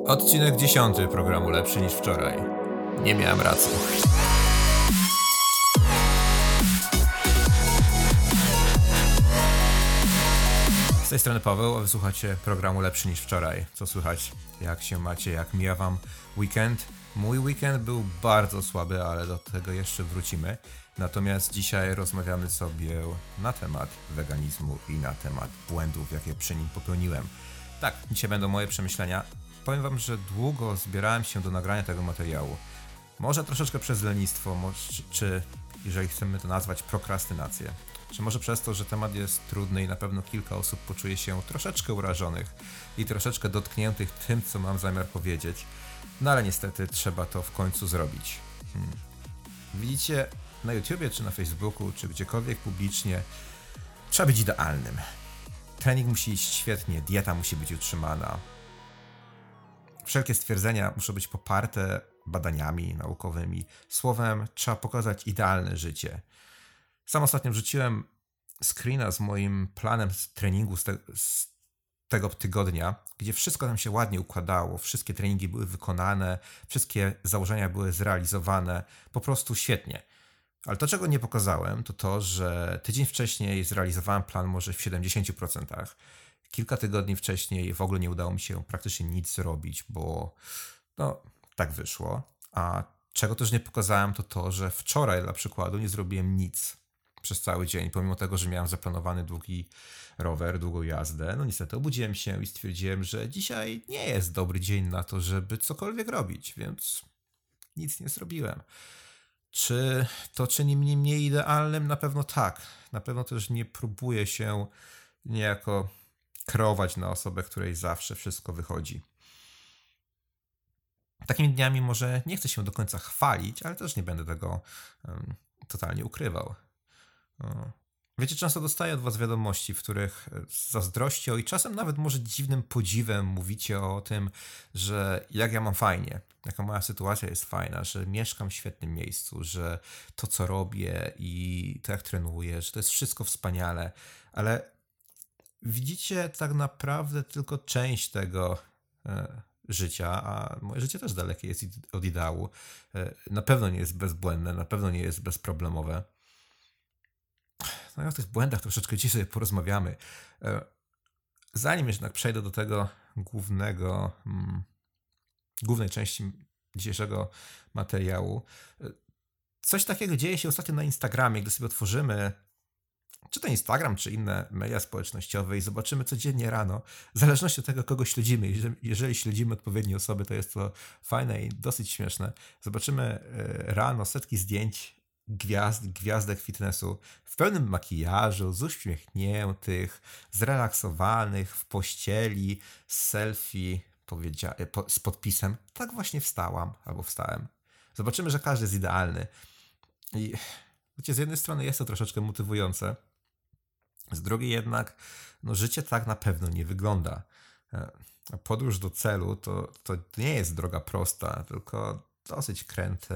Odcinek 10 programu Lepszy niż wczoraj. Nie miałem racji. Z tej strony Paweł, a wysłuchacie programu Lepszy niż wczoraj. Co słychać? Jak się macie? Jak mija wam weekend? Mój weekend był bardzo słaby, ale do tego jeszcze wrócimy. Natomiast dzisiaj rozmawiamy sobie na temat weganizmu i na temat błędów, jakie przy nim popełniłem. Tak, dzisiaj będą moje przemyślenia. Powiem wam, że długo zbierałem się do nagrania tego materiału. Może troszeczkę przez lenistwo, czy jeżeli chcemy to nazwać prokrastynację. Czy może przez to, że temat jest trudny i na pewno kilka osób poczuje się troszeczkę urażonych i troszeczkę dotkniętych tym, co mam zamiar powiedzieć. No ale niestety trzeba to w końcu zrobić. Widzicie, na YouTubie, czy na Facebooku, czy gdziekolwiek publicznie trzeba być idealnym. Trening musi iść świetnie, dieta musi być utrzymana. Wszelkie stwierdzenia muszą być poparte badaniami naukowymi. Słowem, trzeba pokazać idealne życie. Sam ostatnio wrzuciłem screena z moim planem treningu z tego tygodnia, gdzie wszystko tam się ładnie układało, wszystkie treningi były wykonane, wszystkie założenia były zrealizowane, po prostu świetnie. Ale to, czego nie pokazałem, to to, że tydzień wcześniej zrealizowałem plan może w 70%. Kilka tygodni wcześniej w ogóle nie udało mi się praktycznie nic zrobić, bo tak wyszło. A czego też nie pokazałem, to to, że wczoraj dla przykładu nie zrobiłem nic przez cały dzień, pomimo tego, że miałem zaplanowany długi rower, długą jazdę. No niestety obudziłem się i stwierdziłem, że dzisiaj nie jest dobry dzień na to, żeby cokolwiek robić, więc nic nie zrobiłem. Czy to czyni mnie mniej idealnym? Na pewno tak. Na pewno też nie próbuję się niejako kreować na osobę, której zawsze wszystko wychodzi. Takimi dniami może nie chcę się do końca chwalić, ale też nie będę tego totalnie ukrywał. Wiecie, często dostaję od was wiadomości, w których z zazdrością i czasem nawet może dziwnym podziwem mówicie o tym, że jak ja mam fajnie, jaka moja sytuacja jest fajna, że mieszkam w świetnym miejscu, że to, co robię i to, jak trenuję, że to jest wszystko wspaniale, ale widzicie tak naprawdę tylko część tego życia, a moje życie też dalekie jest od ideału. Na pewno nie jest bezbłędne, na pewno nie jest bezproblemowe. No i o tych błędach troszeczkę dzisiaj sobie porozmawiamy. Zanim jednak przejdę do tego głównej części dzisiejszego materiału, coś takiego dzieje się ostatnio na Instagramie, gdy sobie otworzymy czy to Instagram, czy inne media społecznościowe i zobaczymy codziennie rano, w zależności od tego, kogo śledzimy. Jeżeli śledzimy odpowiednie osoby, to jest to fajne i dosyć śmieszne. Zobaczymy rano setki zdjęć gwiazdek fitnessu w pełnym makijażu, z uśmiechniętych, zrelaksowanych, w pościeli, z selfie, z podpisem tak właśnie wstałam albo wstałem. Zobaczymy, że każdy jest idealny. I wiecie, z jednej strony jest to troszeczkę motywujące, z drugiej jednak życie tak na pewno nie wygląda. Podróż do celu to nie jest droga prosta, tylko dosyć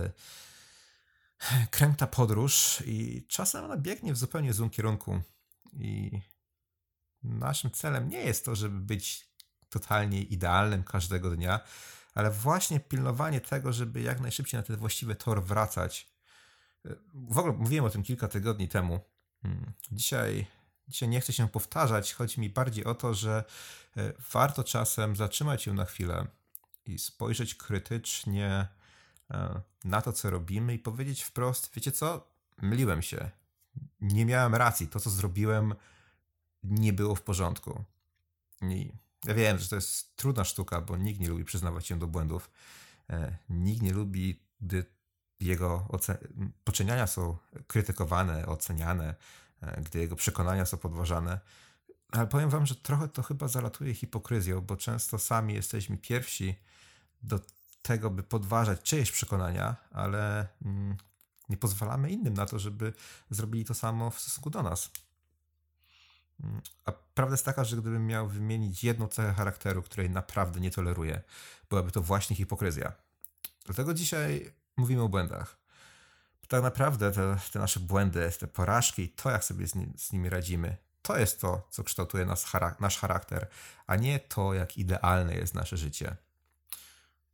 kręta podróż i czasem ona biegnie w zupełnie złym kierunku. I naszym celem nie jest to, żeby być totalnie idealnym każdego dnia, ale właśnie pilnowanie tego, żeby jak najszybciej na ten właściwy tor wracać. W ogóle mówiłem o tym kilka tygodni temu. Dzisiaj nie chcę się powtarzać. Chodzi mi bardziej o to, że warto czasem zatrzymać się na chwilę i spojrzeć krytycznie na to, co robimy i powiedzieć wprost, wiecie co? Myliłem się. Nie miałem racji. To, co zrobiłem, nie było w porządku. I ja wiem, że to jest trudna sztuka, bo nikt nie lubi przyznawać się do błędów. Nikt nie lubi, gdy jego poczyniania są krytykowane, oceniane, gdy jego przekonania są podważane. Ale powiem wam, że trochę to chyba zalatuje hipokryzją, bo często sami jesteśmy pierwsi do tego, by podważać czyjeś przekonania, ale nie pozwalamy innym na to, żeby zrobili to samo w stosunku do nas. A prawda jest taka, że gdybym miał wymienić jedną cechę charakteru, której naprawdę nie toleruję, byłaby to właśnie hipokryzja. Dlatego dzisiaj mówimy o błędach. Tak naprawdę te nasze błędy, te porażki i to, jak sobie z nimi radzimy, to jest to, co kształtuje nasz charakter, a nie to, jak idealne jest nasze życie.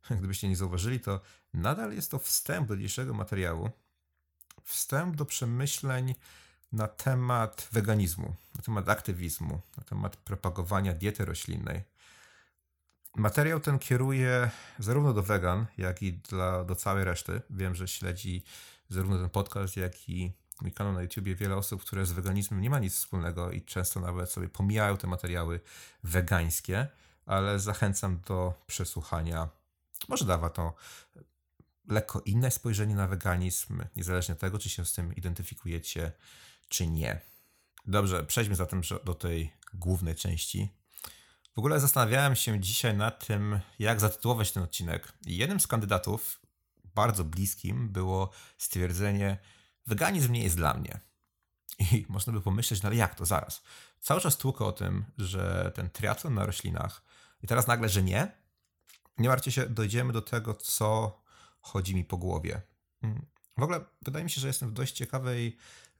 gdybyście nie zauważyli, to nadal jest to wstęp do dzisiejszego materiału. Wstęp do przemyśleń na temat weganizmu, na temat aktywizmu, na temat propagowania diety roślinnej. Materiał ten kieruję zarówno do wegan, jak i do całej reszty. Wiem, że śledzi zarówno ten podcast, jak i mój kanał na YouTubie wiele osób, które z weganizmem nie ma nic wspólnego i często nawet sobie pomijają te materiały wegańskie, ale zachęcam do przesłuchania. Może dawa to lekko inne spojrzenie na weganizm, niezależnie od tego, czy się z tym identyfikujecie, czy nie. Dobrze, przejdźmy zatem do tej głównej części. W ogóle zastanawiałem się dzisiaj nad tym, jak zatytułować ten odcinek. I jednym z kandydatów, bardzo bliskim, było stwierdzenie: weganizm nie jest dla mnie. I można by pomyśleć, no ale jak to, zaraz. Cały czas tłukę o tym, że ten triatlon na roślinach i teraz nagle, że nie. Nie martwcie się, dojdziemy do tego, co chodzi mi po głowie. W ogóle wydaje mi się, że jestem w dość ciekawej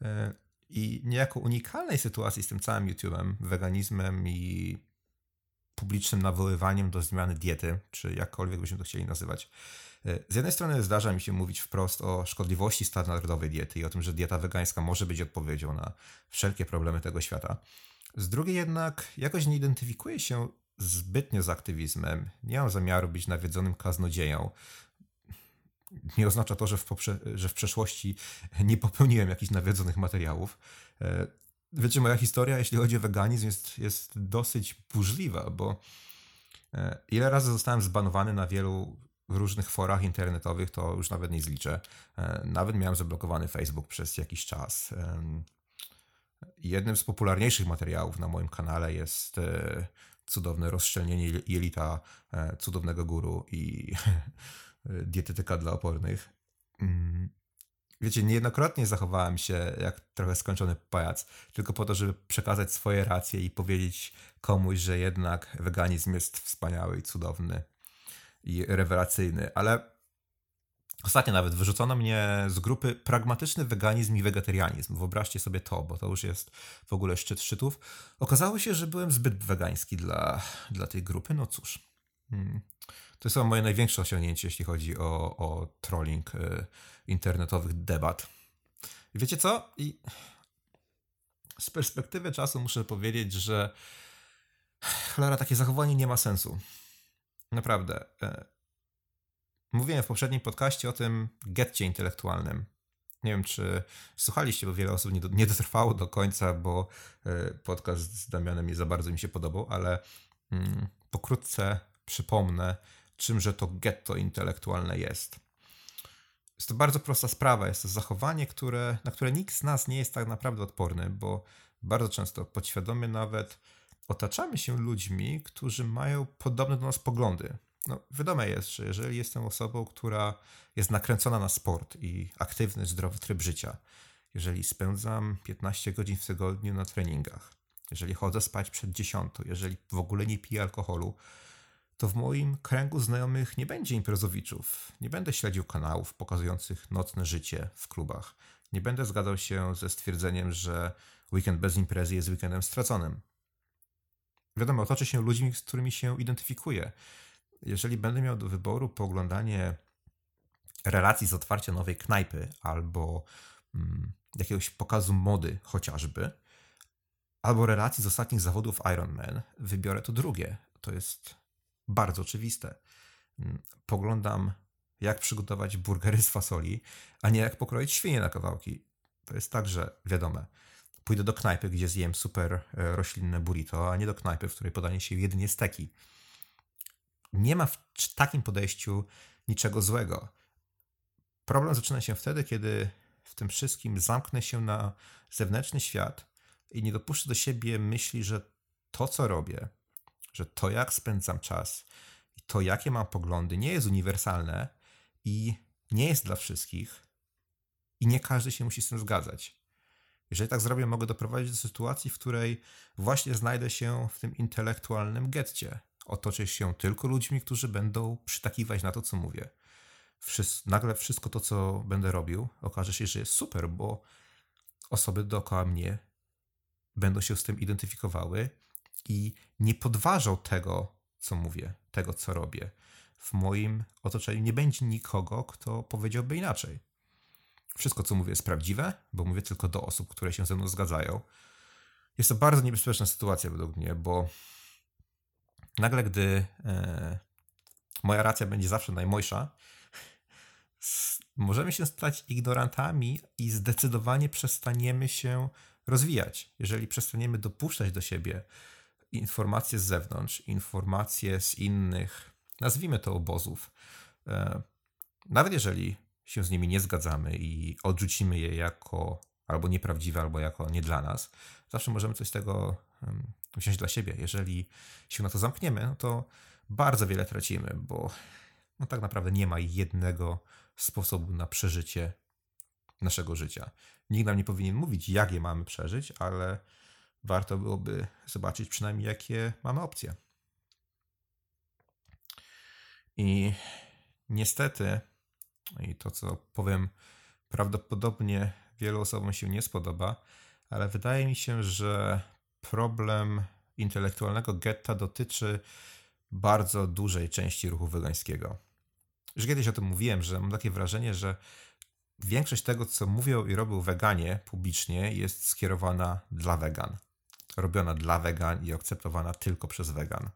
i niejako unikalnej sytuacji z tym całym YouTube'em, weganizmem i publicznym nawoływaniem do zmiany diety, czy jakkolwiek byśmy to chcieli nazywać. Z jednej strony zdarza mi się mówić wprost o szkodliwości standardowej diety i o tym, że dieta wegańska może być odpowiedzią na wszelkie problemy tego świata. Z drugiej jednak jakoś nie identyfikuję się zbytnio z aktywizmem. Nie mam zamiaru być nawiedzonym kaznodzieją. Nie oznacza to, że w przeszłości nie popełniłem jakichś nawiedzonych materiałów. Wiecie, moja historia, jeśli chodzi o weganizm, jest dosyć burzliwa, bo ile razy zostałem zbanowany na wielu różnych forach internetowych, to już nawet nie zliczę. Nawet miałem zablokowany Facebook przez jakiś czas. Jednym z popularniejszych materiałów na moim kanale jest cudowne rozszczelnienie jelita cudownego guru i dietetyka dla opornych. Wiecie, niejednokrotnie zachowałem się jak trochę skończony pajac, tylko po to, żeby przekazać swoje racje i powiedzieć komuś, że jednak weganizm jest wspaniały i cudowny i rewelacyjny. Ale ostatnio nawet wyrzucono mnie z grupy pragmatyczny weganizm i wegetarianizm. Wyobraźcie sobie to, bo to już jest w ogóle szczyt szczytów. Okazało się, że byłem zbyt wegański dla tej grupy. No cóż. To są moje największe osiągnięcie, jeśli chodzi o trolling internetowych debat. I wiecie co? I z perspektywy czasu muszę powiedzieć, że cholera, takie zachowanie nie ma sensu. Naprawdę. Mówiłem w poprzednim podcaście o tym getcie intelektualnym. Nie wiem, czy słuchaliście, bo wiele osób nie dotrwało do końca, bo podcast z Damianem nie za bardzo mi się podobał, ale pokrótce przypomnę, czymże to getto intelektualne jest. Jest to bardzo prosta sprawa. Jest to zachowanie, na które nikt z nas nie jest tak naprawdę odporny, bo bardzo często podświadomie nawet otaczamy się ludźmi, którzy mają podobne do nas poglądy. No, wiadome jest, że jeżeli jestem osobą, która jest nakręcona na sport i aktywny, zdrowy tryb życia, jeżeli spędzam 15 godzin w tygodniu na treningach, jeżeli chodzę spać przed 10, jeżeli w ogóle nie piję alkoholu, to w moim kręgu znajomych nie będzie imprezowiczów. Nie będę śledził kanałów pokazujących nocne życie w klubach. Nie będę zgadzał się ze stwierdzeniem, że weekend bez imprezy jest weekendem straconym. Wiadomo, otoczę się ludźmi, z którymi się identyfikuję. Jeżeli będę miał do wyboru pooglądanie relacji z otwarcia nowej knajpy albo jakiegoś pokazu mody chociażby, albo relacji z ostatnich zawodów Ironman, wybiorę to drugie. To jest bardzo oczywiste. Poglądam, jak przygotować burgery z fasoli, a nie jak pokroić świnie na kawałki. To jest także wiadome. Pójdę do knajpy, gdzie zjem super roślinne burrito, a nie do knajpy, w której podanie się jedynie steki. Nie ma w takim podejściu niczego złego. Problem zaczyna się wtedy, kiedy w tym wszystkim zamknę się na zewnętrzny świat i nie dopuszczę do siebie myśli, że to, co robię, że to, jak spędzam czas i to, jakie mam poglądy, nie jest uniwersalne i nie jest dla wszystkich i nie każdy się musi z tym zgadzać. Jeżeli tak zrobię, mogę doprowadzić do sytuacji, w której właśnie znajdę się w tym intelektualnym getcie. Otoczę się tylko ludźmi, którzy będą przytakiwać na to, co mówię. Nagle wszystko to, co będę robił, okaże się, że jest super, bo osoby dookoła mnie będą się z tym identyfikowały i nie podważą tego, co mówię, tego, co robię. w moim otoczeniu nie będzie nikogo, kto powiedziałby inaczej. Wszystko, co mówię, jest prawdziwe, bo mówię tylko do osób, które się ze mną zgadzają. Jest to bardzo niebezpieczna sytuacja według mnie, bo nagle, gdy moja racja będzie zawsze najmojsza, możemy się stać ignorantami i zdecydowanie przestaniemy się rozwijać. Jeżeli przestaniemy dopuszczać do siebie informacje z zewnątrz, informacje z innych, nazwijmy to obozów, nawet jeżeli się z nimi nie zgadzamy i odrzucimy je jako albo nieprawdziwe, albo jako nie dla nas, zawsze możemy coś z tego wziąć dla siebie. Jeżeli się na to zamkniemy, no to bardzo wiele tracimy, bo no tak naprawdę nie ma jednego sposobu na przeżycie naszego życia. Nikt nam nie powinien mówić, jak je mamy przeżyć, ale warto byłoby zobaczyć przynajmniej, jakie mamy opcje. I niestety, i to co powiem, prawdopodobnie wielu osobom się nie spodoba, ale wydaje mi się, że problem intelektualnego getta dotyczy bardzo dużej części ruchu wegańskiego. Już kiedyś o tym mówiłem, że mam takie wrażenie, że większość tego, co mówią i robią weganie publicznie, jest skierowana dla wegan. Robiona dla wegan i akceptowana tylko przez wegan.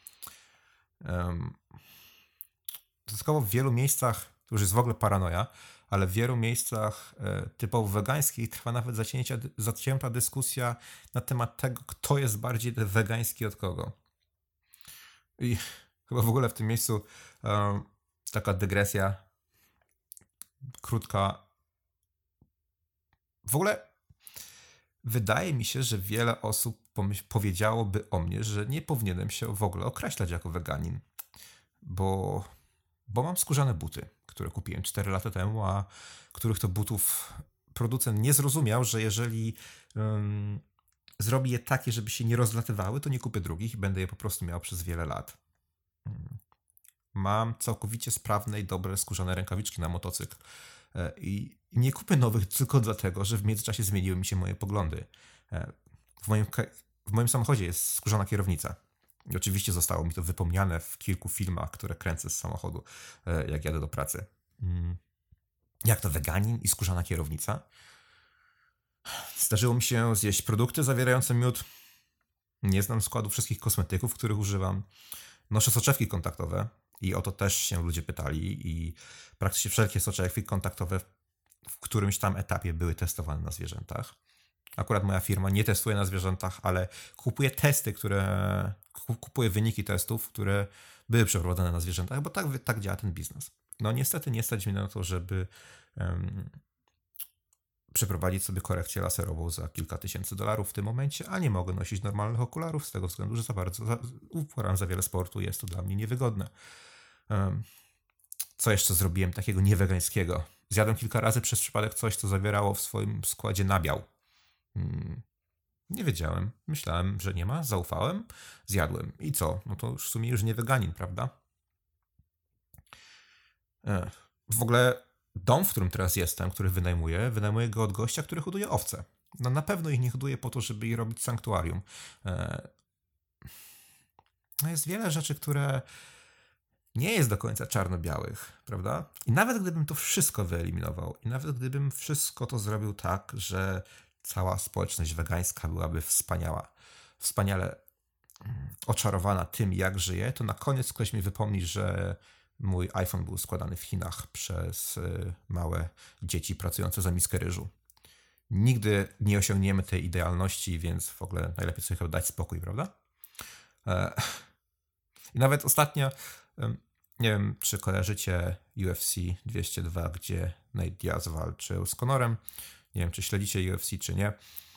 Dodatkowo w wielu miejscach, to już jest w ogóle paranoja, ale w wielu miejscach typowo wegańskich trwa nawet zacięta dyskusja na temat tego, kto jest bardziej wegański od kogo. I chyba w ogóle w tym miejscu taka dygresja krótka. W ogóle wydaje mi się, że wiele osób powiedziałoby o mnie, że nie powinienem się w ogóle określać jako weganin, bo mam skórzane buty, które kupiłem 4 lata temu, a których to butów producent nie zrozumiał, że jeżeli zrobi je takie, żeby się nie rozlatywały, to nie kupię drugich i będę je po prostu miał przez wiele lat. Mam całkowicie sprawne i dobre skórzane rękawiczki na motocykl i nie kupię nowych tylko dlatego, że w międzyczasie zmieniły mi się moje poglądy. W moim samochodzie jest skórzana kierownica. I oczywiście zostało mi to wypomniane w kilku filmach, które kręcę z samochodu, jak jadę do pracy. Jak to weganin i skórzana kierownica? Zdarzyło mi się zjeść produkty zawierające miód. Nie znam składu wszystkich kosmetyków, których używam. Noszę soczewki kontaktowe i o to też się ludzie pytali i praktycznie wszelkie soczewki kontaktowe w którymś tam etapie były testowane na zwierzętach. Akurat moja firma nie testuje na zwierzętach, ale kupuje kupuje wyniki testów, które były przeprowadzone na zwierzętach, bo tak działa ten biznes. No niestety nie stać mnie na to, żeby przeprowadzić sobie korekcję laserową za kilka tysięcy dolarów w tym momencie, a nie mogę nosić normalnych okularów z tego względu, że uporam za wiele sportu i jest to dla mnie niewygodne. Co jeszcze zrobiłem takiego niewegańskiego? Zjadłem kilka razy przez przypadek coś, co zawierało w swoim składzie nabiał. Nie wiedziałem. Myślałem, że nie ma. Zaufałem. Zjadłem. I co? No to już w sumie już nie weganin, prawda? W ogóle dom, w którym teraz jestem, który wynajmuję go od gościa, który hoduje owce. No na pewno ich nie hoduje po to, żeby je robić sanktuarium. No jest wiele rzeczy, które nie jest do końca czarno-białych, prawda? I nawet gdybym to wszystko wyeliminował, i nawet gdybym wszystko to zrobił tak, że cała społeczność wegańska byłaby wspaniale oczarowana tym, jak żyje, to na koniec ktoś mi wypomni, że mój iPhone był składany w Chinach przez małe dzieci pracujące za miskę ryżu. Nigdy nie osiągniemy tej idealności, więc w ogóle najlepiej sobie chyba dać spokój, prawda? I nawet ostatnio, nie wiem, czy kojarzycie UFC 202, gdzie Nate Diaz walczył z Conorem. Nie wiem, czy śledzicie UFC, czy nie.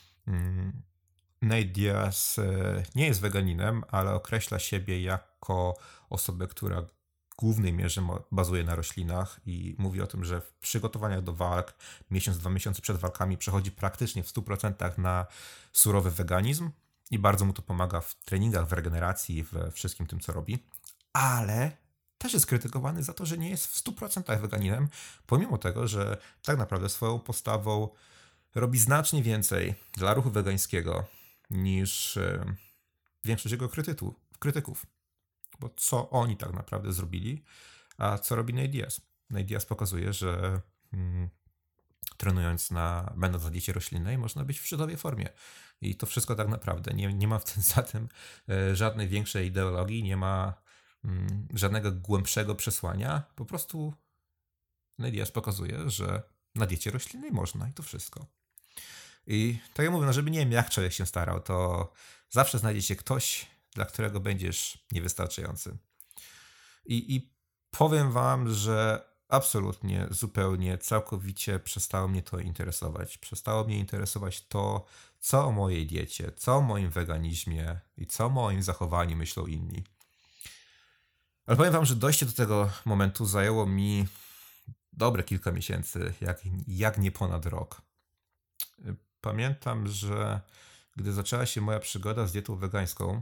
Nate Diaz nie jest weganinem, ale określa siebie jako osobę, która w głównej mierze bazuje na roślinach i mówi o tym, że w przygotowaniach do walk, miesiąc, 2 miesiące przed walkami przechodzi praktycznie w 100% na surowy weganizm i bardzo mu to pomaga w treningach, w regeneracji, we wszystkim tym, co robi. Ale też jest krytykowany za to, że nie jest w 100% weganinem, pomimo tego, że tak naprawdę swoją postawą robi znacznie więcej dla ruchu wegańskiego niż większość jego krytyków. Bo co oni tak naprawdę zrobili, a co robi Nate Diaz? Nate Diaz pokazuje, że trenując będąc na diecie roślinnej, można być w szczytowej formie. I to wszystko tak naprawdę. Nie ma w tym zatem żadnej większej ideologii, nie ma żadnego głębszego przesłania. Po prostu Nate Diaz pokazuje, że na diecie roślinnej można i to wszystko. I tak jak mówię, no żeby nie wiem jak człowiek się starał, to zawsze znajdzie się ktoś, dla którego będziesz niewystarczający. I powiem wam, że absolutnie, zupełnie, całkowicie przestało mnie to interesować. Przestało mnie interesować to, co o mojej diecie, co o moim weganizmie i co o moim zachowaniu myślą inni. Ale powiem wam, że dojście do tego momentu zajęło mi dobre kilka miesięcy, jak nie ponad rok. Pamiętam, że gdy zaczęła się moja przygoda z dietą wegańską,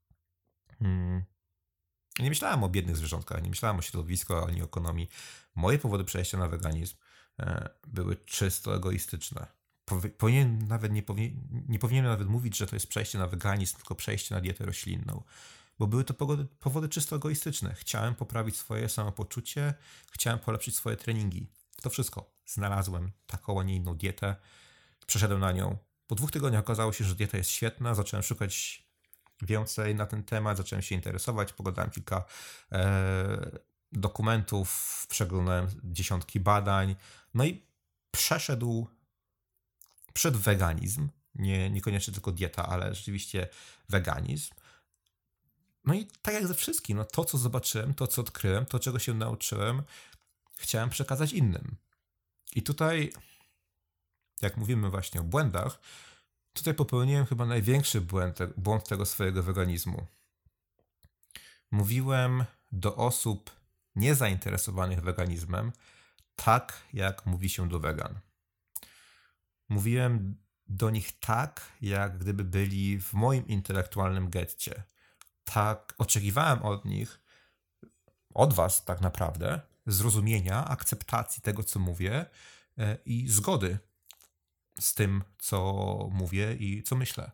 nie myślałem o biednych zwierzątkach, nie myślałem o środowisku ani o ekonomii. Moje powody przejścia na weganizm były czysto egoistyczne. Nie powinienem nawet mówić, że to jest przejście na weganizm, tylko przejście na dietę roślinną. Bo były to powody czysto egoistyczne. Chciałem poprawić swoje samopoczucie, chciałem polepszyć swoje treningi. To wszystko. Znalazłem taką, a nie inną dietę. Przeszedłem na nią. Po 2 tygodniach okazało się, że dieta jest świetna. Zacząłem szukać więcej na ten temat, zacząłem się interesować, poglądałem kilka dokumentów, przeglądałem dziesiątki badań, no i przyszedł weganizm, niekoniecznie tylko dieta, ale rzeczywiście weganizm. No i tak jak ze wszystkim, no to co zobaczyłem, to co odkryłem, to czego się nauczyłem, chciałem przekazać innym. I tutaj, jak mówimy właśnie o błędach, tutaj popełniłem chyba największy błąd tego swojego weganizmu. Mówiłem do osób niezainteresowanych weganizmem tak, jak mówi się do wegan. Mówiłem do nich tak, jak gdyby byli w moim intelektualnym getcie. Tak, oczekiwałem od nich, od was tak naprawdę, zrozumienia, akceptacji tego, co mówię i zgody z tym, co mówię i co myślę.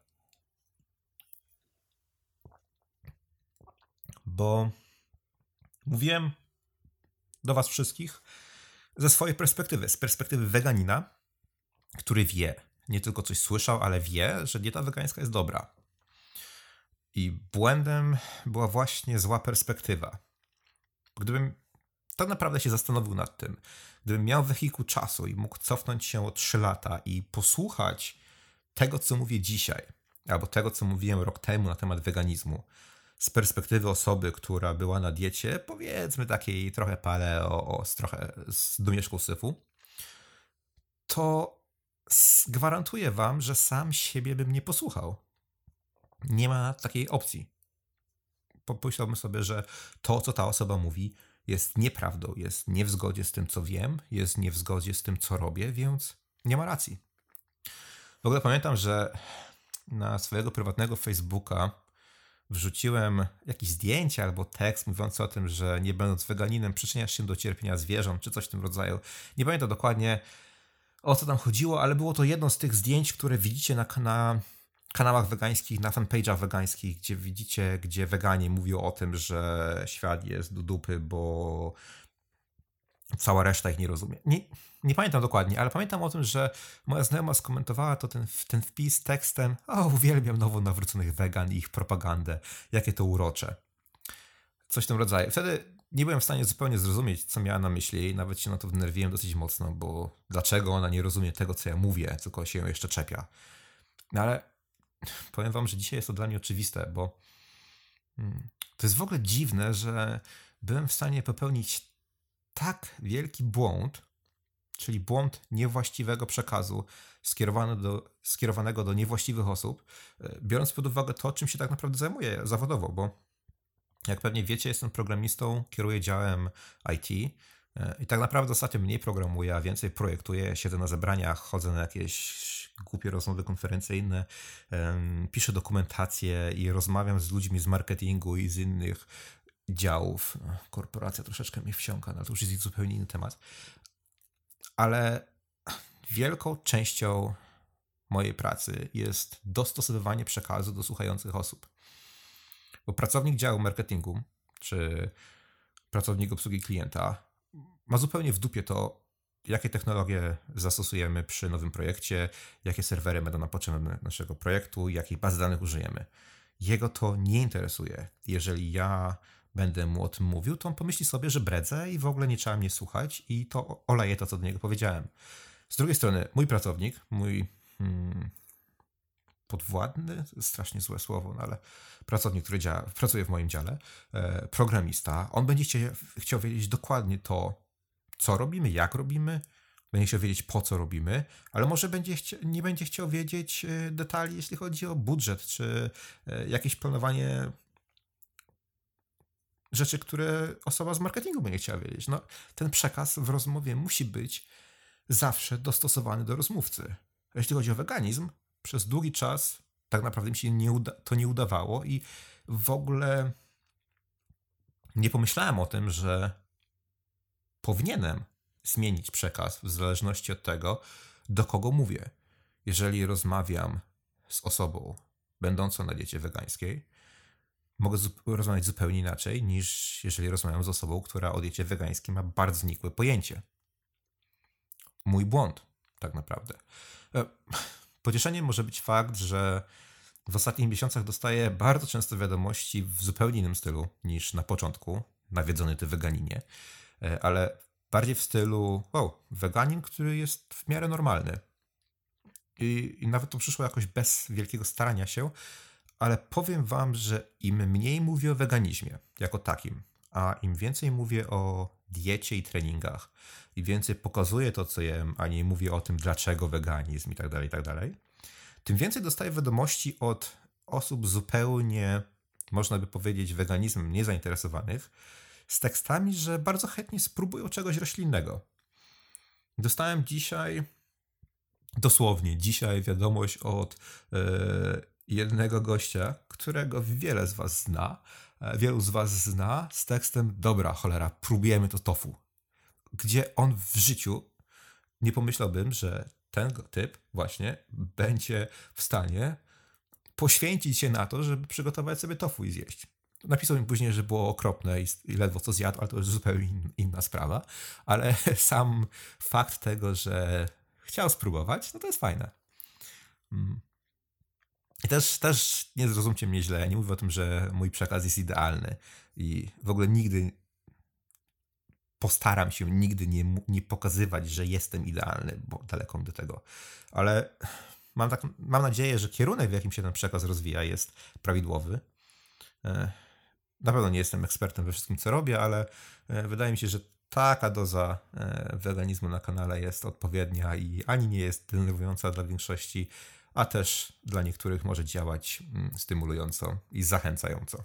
Bo mówiłem do was wszystkich ze swojej perspektywy, z perspektywy weganina, który wie, nie tylko coś słyszał, ale wie, że dieta wegańska jest dobra. I błędem była właśnie zła perspektywa. Gdybym tak naprawdę się zastanowił nad tym, gdybym miał wehikuł czasu i mógł cofnąć się o 3 lata i posłuchać tego, co mówię dzisiaj, albo tego, co mówiłem rok temu na temat weganizmu, z perspektywy osoby, która była na diecie, powiedzmy takiej trochę paleo, trochę z domieszką syfu, to gwarantuję wam, że sam siebie bym nie posłuchał. Nie ma takiej opcji. Pomyślałbym sobie, że to, co ta osoba mówi, jest nieprawdą, jest nie w zgodzie z tym, co wiem, jest nie w zgodzie z tym, co robię, więc nie ma racji. W ogóle pamiętam, że na swojego prywatnego Facebooka wrzuciłem jakieś zdjęcie albo tekst mówiący o tym, że nie będąc weganinem przyczyniasz się do cierpienia zwierząt, czy coś w tym rodzaju. Nie pamiętam dokładnie, o co tam chodziło, ale było to jedno z tych zdjęć, które widzicie na kanałach wegańskich, na fanpage'ach wegańskich, gdzie widzicie, gdzie weganie mówią o tym, że świat jest do dupy, bo cała reszta ich nie rozumie. Nie pamiętam dokładnie, ale pamiętam o tym, że moja znajoma skomentowała to ten wpis tekstem: o, uwielbiam nowo nawróconych wegan i ich propagandę, jakie to urocze. Coś w tym rodzaju. Wtedy nie byłem w stanie zupełnie zrozumieć, co miała na myśli, nawet się na to wnerwiłem dosyć mocno, bo dlaczego ona nie rozumie tego, co ja mówię, tylko się jeszcze czepia. No ale powiem wam, że dzisiaj jest to dla mnie oczywiste, bo to jest w ogóle dziwne, że byłem w stanie popełnić tak wielki błąd, czyli błąd niewłaściwego przekazu skierowanego do niewłaściwych osób, biorąc pod uwagę to, czym się tak naprawdę zajmuję zawodowo, bo jak pewnie wiecie, jestem programistą, kieruję działem IT i tak naprawdę ostatnio mniej programuję, a więcej projektuję, siedzę na zebraniach, chodzę na jakieś głupie rozmowy konferencyjne, piszę dokumentację i rozmawiam z ludźmi z marketingu i z innych działów. Korporacja troszeczkę mnie wsiąka, ale to już jest zupełnie inny temat. Ale wielką częścią mojej pracy jest dostosowywanie przekazu do słuchających osób. Bo pracownik działu marketingu czy pracownik obsługi klienta ma zupełnie w dupie to, jakie technologie zastosujemy przy nowym projekcie, jakie serwery będą na potrzeby naszego projektu, jakich baz danych użyjemy. Jego to nie interesuje. Jeżeli ja będę mu o tym mówił, to on pomyśli sobie, że bredzę i w ogóle nie trzeba mnie słuchać i to oleje to, co do niego powiedziałem. Z drugiej strony, mój pracownik, mój podwładny, strasznie złe słowo, no ale pracownik, który pracuje w moim dziale, programista, on będzie chciał wiedzieć dokładnie to, co robimy, jak robimy, będzie chciał wiedzieć, po co robimy, ale może nie będzie chciał wiedzieć detali, jeśli chodzi o budżet, czy jakieś planowanie rzeczy, które osoba z marketingu będzie chciała wiedzieć. No, ten przekaz w rozmowie musi być zawsze dostosowany do rozmówcy. A jeśli chodzi o weganizm, przez długi czas tak naprawdę mi się to nie udawało i w ogóle nie pomyślałem o tym, że powinienem zmienić przekaz w zależności od tego, do kogo mówię. Jeżeli rozmawiam z osobą będącą na diecie wegańskiej, mogę rozmawiać zupełnie inaczej niż jeżeli rozmawiam z osobą, która o diecie wegańskiej ma bardzo znikłe pojęcie. Mój błąd, tak naprawdę. Pocieszeniem może być fakt, że w ostatnich miesiącach dostaję bardzo często wiadomości w zupełnie innym stylu niż na początku, nawiedzony ty weganinie, ale bardziej w stylu weganin, który jest w miarę normalny. I nawet to przyszło jakoś bez wielkiego starania się, ale powiem wam, że im mniej mówię o weganizmie jako takim, a im więcej mówię o diecie i treningach, i więcej pokazuję to, co jem, a nie mówię o tym, dlaczego weganizm i tak dalej, tym więcej dostaję wiadomości od osób zupełnie, można by powiedzieć, weganizmem niezainteresowanych, z tekstami, że bardzo chętnie spróbują czegoś roślinnego. Dostałem dosłownie dzisiaj wiadomość od jednego gościa, którego wielu z was zna, z tekstem: dobra, cholera, próbujemy to tofu. Gdzie on w życiu nie pomyślałbym, że ten typ właśnie będzie w stanie poświęcić się na to, żeby przygotować sobie tofu i zjeść. Napisał mi później, że było okropne i ledwo co zjadł, ale to już zupełnie inna sprawa. Ale sam fakt tego, że chciał spróbować, no to jest fajne. I też nie zrozumcie mnie źle, ja nie mówię o tym, że mój przekaz jest idealny i w ogóle postaram się nigdy nie pokazywać, że jestem idealny, bo daleko do tego. Ale mam nadzieję, że kierunek, w jakim się ten przekaz rozwija, jest prawidłowy. Na pewno nie jestem ekspertem we wszystkim, co robię, ale wydaje mi się, że taka doza weganizmu na kanale jest odpowiednia i ani nie jest denerwująca dla większości, a też dla niektórych może działać stymulująco i zachęcająco.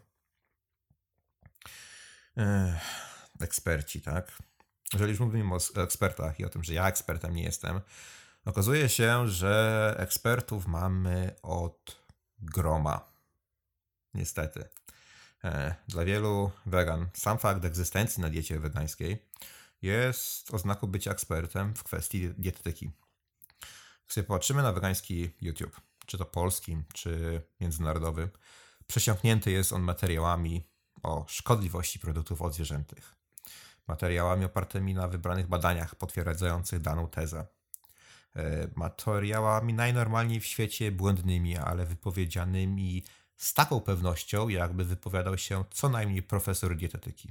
Eksperci, tak? Jeżeli już mówimy o ekspertach i o tym, że ja ekspertem nie jestem, okazuje się, że ekspertów mamy od groma. Niestety. Dla wielu wegan sam fakt egzystencji na diecie wegańskiej jest oznaką bycia ekspertem w kwestii dietetyki. Jak sobie popatrzymy na wegański YouTube, czy to polski, czy międzynarodowy, przesiąknięty jest on materiałami o szkodliwości produktów odzwierzęcych. Materiałami opartymi na wybranych badaniach potwierdzających daną tezę. Materiałami najnormalniej w świecie błędnymi, ale wypowiedzianymi z taką pewnością, jakby wypowiadał się co najmniej profesor dietetyki.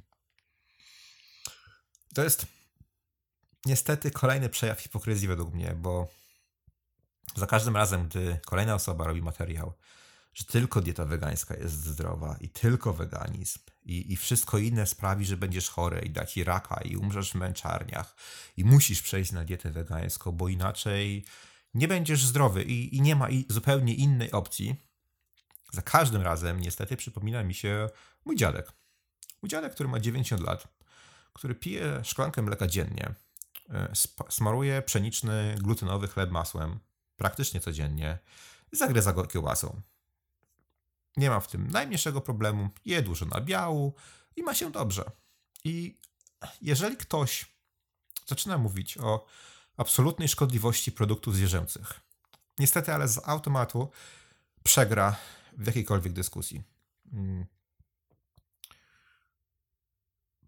To jest niestety kolejny przejaw hipokryzji według mnie, bo za każdym razem, gdy kolejna osoba robi materiał, że tylko dieta wegańska jest zdrowa i tylko weganizm i wszystko inne sprawi, że będziesz chory i da ci raka i umrzesz w męczarniach i musisz przejść na dietę wegańską, bo inaczej nie będziesz zdrowy i nie ma zupełnie innej opcji. Za każdym razem niestety przypomina mi się mój dziadek. Mój dziadek, który ma 90 lat, który pije szklankę mleka dziennie, smaruje pszeniczny, glutenowy chleb masłem praktycznie codziennie i zagryza go kiełbasą. Nie ma w tym najmniejszego problemu, je dużo nabiału i ma się dobrze. I jeżeli ktoś zaczyna mówić o absolutnej szkodliwości produktów zwierzęcych, niestety, ale z automatu przegra w jakiejkolwiek dyskusji.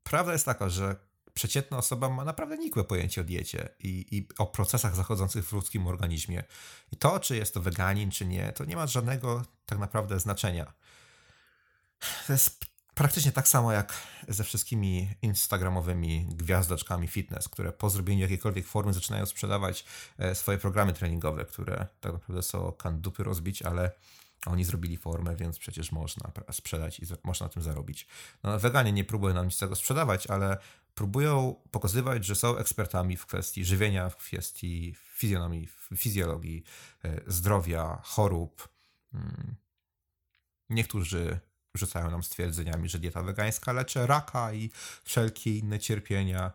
prawda jest taka, że przeciętna osoba ma naprawdę nikłe pojęcie o diecie i o procesach zachodzących w ludzkim organizmie. I to, czy jest to weganin, czy nie, to nie ma żadnego tak naprawdę znaczenia. To jest praktycznie tak samo jak ze wszystkimi instagramowymi gwiazdoczkami fitness, które po zrobieniu jakiejkolwiek formy zaczynają sprzedawać swoje programy treningowe, które tak naprawdę są dupy rozbić, ale oni zrobili formę, więc przecież można sprzedać i można na tym zarobić. No, weganie nie próbują nam nic z tego sprzedawać, ale próbują pokazywać, że są ekspertami w kwestii żywienia, w kwestii fizjologii, zdrowia, chorób. Niektórzy rzucają nam stwierdzeniami, że dieta wegańska leczy raka i wszelkie inne cierpienia.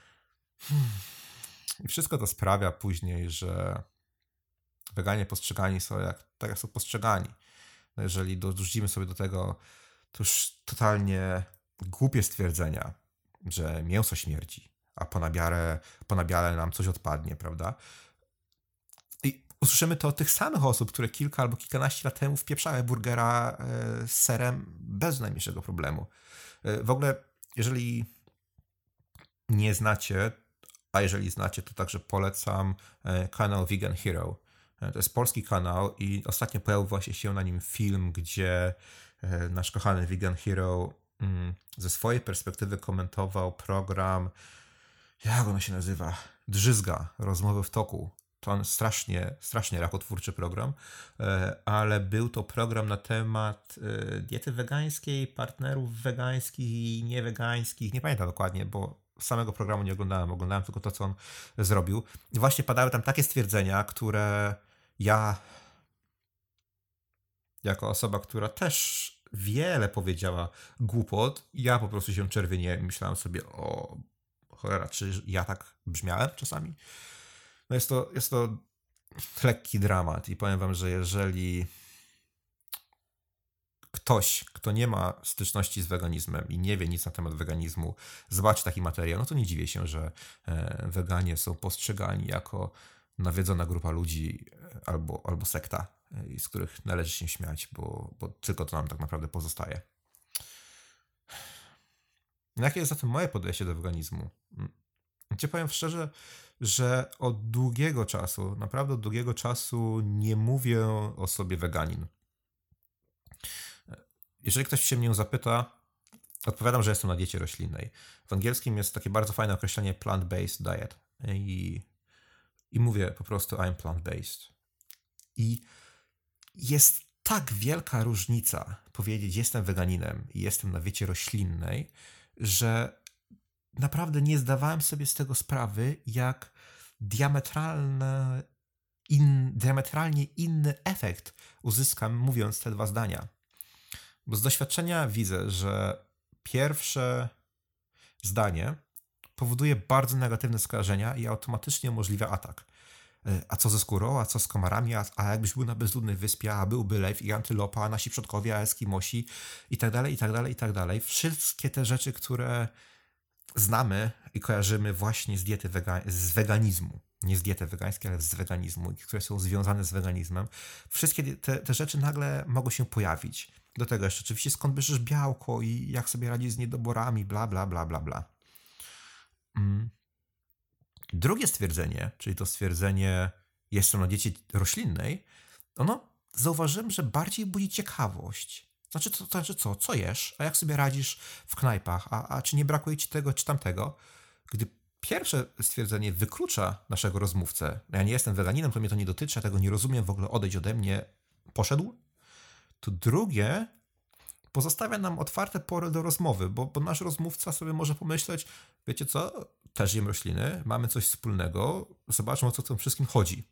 I wszystko to sprawia później, że weganie postrzegani są tak jak są postrzegani. No jeżeli dorzucimy sobie do tego to już totalnie głupie stwierdzenia, że mięso śmierdzi, a po nabiale nam coś odpadnie, prawda? I usłyszymy to od tych samych osób, które kilka albo kilkanaście lat temu wpieprzały burgera z serem bez najmniejszego problemu. W ogóle, jeżeli nie znacie, a jeżeli znacie, to także polecam kanał Vegan Hero. To jest polski kanał i ostatnio pojawił właśnie się na nim film, gdzie nasz kochany Vegan Hero ze swojej perspektywy komentował program, jak ono się nazywa? Drzyzga, rozmowy w toku. To on strasznie rakotwórczy program, ale był to program na temat diety wegańskiej, partnerów wegańskich i niewegańskich. Nie pamiętam dokładnie, bo samego programu nie oglądałem tylko to, co on zrobił. I właśnie padały tam takie stwierdzenia, które ja, jako osoba, która też wiele powiedziała głupot, ja po prostu się czerwieniłem i myślałem sobie, o cholera, czy ja tak brzmiałem czasami? No jest to lekki dramat i powiem wam, że jeżeli ktoś, kto nie ma styczności z weganizmem i nie wie nic na temat weganizmu, zobaczy taki materiał, no to nie dziwię się, że weganie są postrzegani jako nawiedzona grupa ludzi albo sekta, z których należy się śmiać, bo tylko to nam tak naprawdę pozostaje. Jakie jest zatem moje podejście do weganizmu? Ci powiem szczerze, że od długiego czasu, naprawdę od długiego czasu nie mówię o sobie weganin. Jeżeli ktoś się mnie zapyta, odpowiadam, że jestem na diecie roślinnej. W angielskim jest takie bardzo fajne określenie plant-based diet. I mówię po prostu I'm plant-based. I jest tak wielka różnica powiedzieć jestem weganinem i jestem na diecie roślinnej, że naprawdę nie zdawałem sobie z tego sprawy, jak diametralnie inny efekt uzyskam, mówiąc te dwa zdania. Bo z doświadczenia widzę, że pierwsze zdanie powoduje bardzo negatywne skojarzenia i automatycznie umożliwia atak. A co ze skórą, a co z komarami, a jakbyś był na bezludnej wyspie, a byłby lew i antylopa, a nasi przodkowie, a Eskimosi i tak dalej, i tak dalej, i tak dalej. Wszystkie te rzeczy, które znamy i kojarzymy właśnie z diety z weganizmu. Nie z diety wegańskiej, ale z weganizmu, które są związane z weganizmem. Wszystkie te rzeczy nagle mogą się pojawić. Do tego jeszcze oczywiście skąd bierzesz białko i jak sobie radzić z niedoborami, bla, bla, bla, bla, bla. Drugie stwierdzenie, czyli to stwierdzenie jestem na diecie roślinnej, zauważyłem, że bardziej budzi ciekawość. To znaczy co jesz, a jak sobie radzisz w knajpach, a czy nie brakuje ci tego czy tamtego? Gdy pierwsze stwierdzenie wyklucza naszego rozmówcę, ja nie jestem weganinem, to mnie to nie dotyczy, ja tego nie rozumiem, w ogóle odejdź ode mnie, poszedł, to drugie pozostawia nam otwarte pory do rozmowy, bo nasz rozmówca sobie może pomyśleć, wiecie co, też jem rośliny, mamy coś wspólnego, zobaczmy, o co w tym wszystkim chodzi.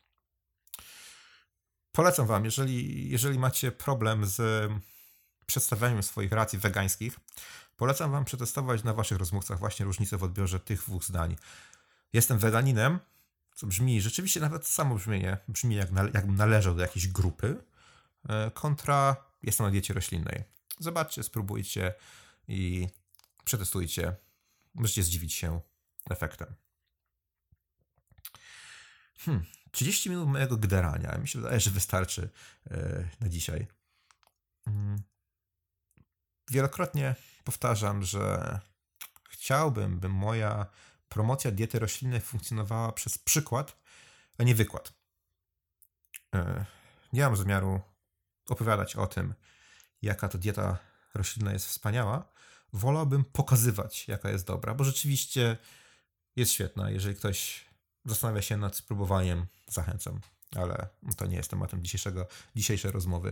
Polecam wam, jeżeli macie problem z przedstawianiem swoich racji wegańskich, polecam wam przetestować na waszych rozmówcach właśnie różnicę w odbiorze tych dwóch zdań. Jestem weganinem, co brzmi rzeczywiście nawet samo brzmienie, brzmi jakbym należał do jakiejś grupy, kontra jestem na diecie roślinnej. Zobaczcie, spróbujcie i przetestujcie. Możecie zdziwić się efektem. 30 minut mojego gderania. Mi się wydaje, że wystarczy na dzisiaj. Wielokrotnie powtarzam, że chciałbym, by moja promocja diety roślinnej funkcjonowała przez przykład, a nie wykład. Nie mam zamiaru opowiadać o tym, jaka to dieta roślinna jest wspaniała. Wolałbym pokazywać, jaka jest dobra, bo rzeczywiście jest świetna. Jeżeli ktoś zastanawia się nad spróbowaniem, zachęcam, ale to nie jest tematem dzisiejszej rozmowy.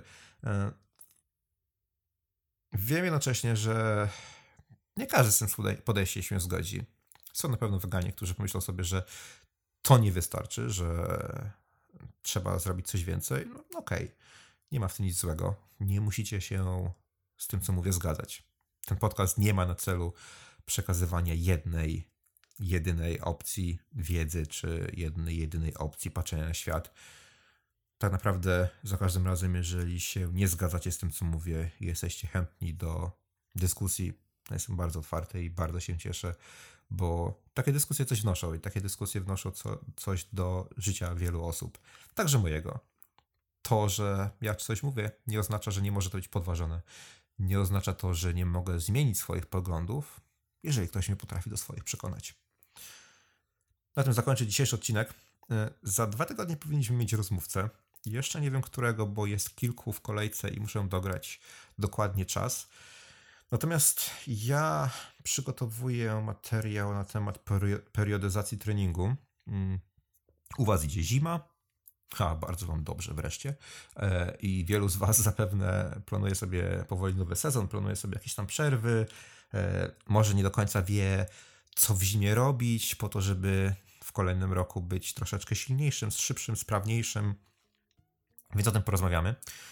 Wiem jednocześnie, że nie każdy z tym podejściem się zgodzi. Są na pewno weganie, którzy pomyślą sobie, że to nie wystarczy, że trzeba zrobić coś więcej. No okej, nie ma w tym nic złego. Nie musicie się z tym, co mówię, zgadzać. Ten podcast nie ma na celu przekazywania jedynej opcji wiedzy, czy jedynej opcji patrzenia na świat. Tak naprawdę za każdym razem, jeżeli się nie zgadzacie z tym, co mówię, jesteście chętni do dyskusji, jestem bardzo otwarty i bardzo się cieszę, bo takie dyskusje coś wnoszą i takie dyskusje wnoszą coś do życia wielu osób, także mojego. To, że ja coś mówię, nie oznacza, że nie może to być podważone. Nie oznacza to, że nie mogę zmienić swoich poglądów, jeżeli ktoś mnie potrafi do swoich przekonać. Na tym zakończę dzisiejszy odcinek. Za 2 tygodnie powinniśmy mieć rozmówcę. Jeszcze nie wiem którego, bo jest kilku w kolejce i muszę dograć dokładnie czas. Natomiast ja przygotowuję materiał na temat periodyzacji treningu. U Was idzie zima. Bardzo Wam dobrze wreszcie. I wielu z Was zapewne planuje sobie powoli nowy sezon, planuje sobie jakieś tam przerwy. Może nie do końca wie, co w zimie robić, po to, żeby w kolejnym roku być troszeczkę silniejszym, szybszym, sprawniejszym. Więc o tym porozmawiamy.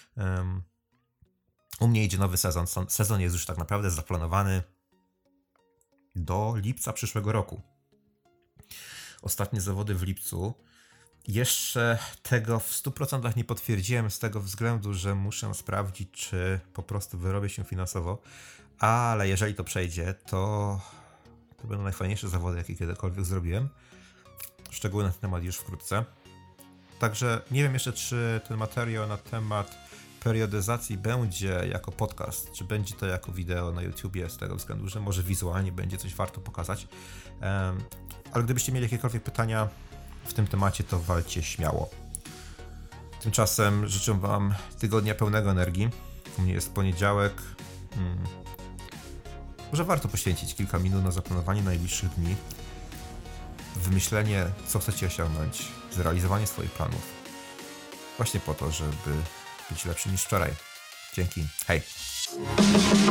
U mnie idzie nowy sezon. Sezon jest już tak naprawdę zaplanowany do lipca przyszłego roku. Ostatnie zawody w lipcu. Jeszcze tego w 100% nie potwierdziłem z tego względu, że muszę sprawdzić, czy po prostu wyrobię się finansowo. Ale jeżeli to przejdzie, to będą najfajniejsze zawody, jakie kiedykolwiek zrobiłem. Szczegóły na ten temat już wkrótce. Także nie wiem jeszcze, czy ten materiał na temat periodyzacji będzie jako podcast, czy będzie to jako wideo na YouTubie, z tego względu, że może wizualnie będzie coś warto pokazać. Ale gdybyście mieli jakiekolwiek pytania w tym temacie, to walcie śmiało. Tymczasem życzę Wam tygodnia pełnego energii. U mnie jest poniedziałek. Może warto poświęcić kilka minut na zaplanowanie najbliższych dni, wymyślenie, co chcecie osiągnąć, zrealizowanie swoich planów. Właśnie po to, żeby być lepszy niż wczoraj. Dzięki. Hej!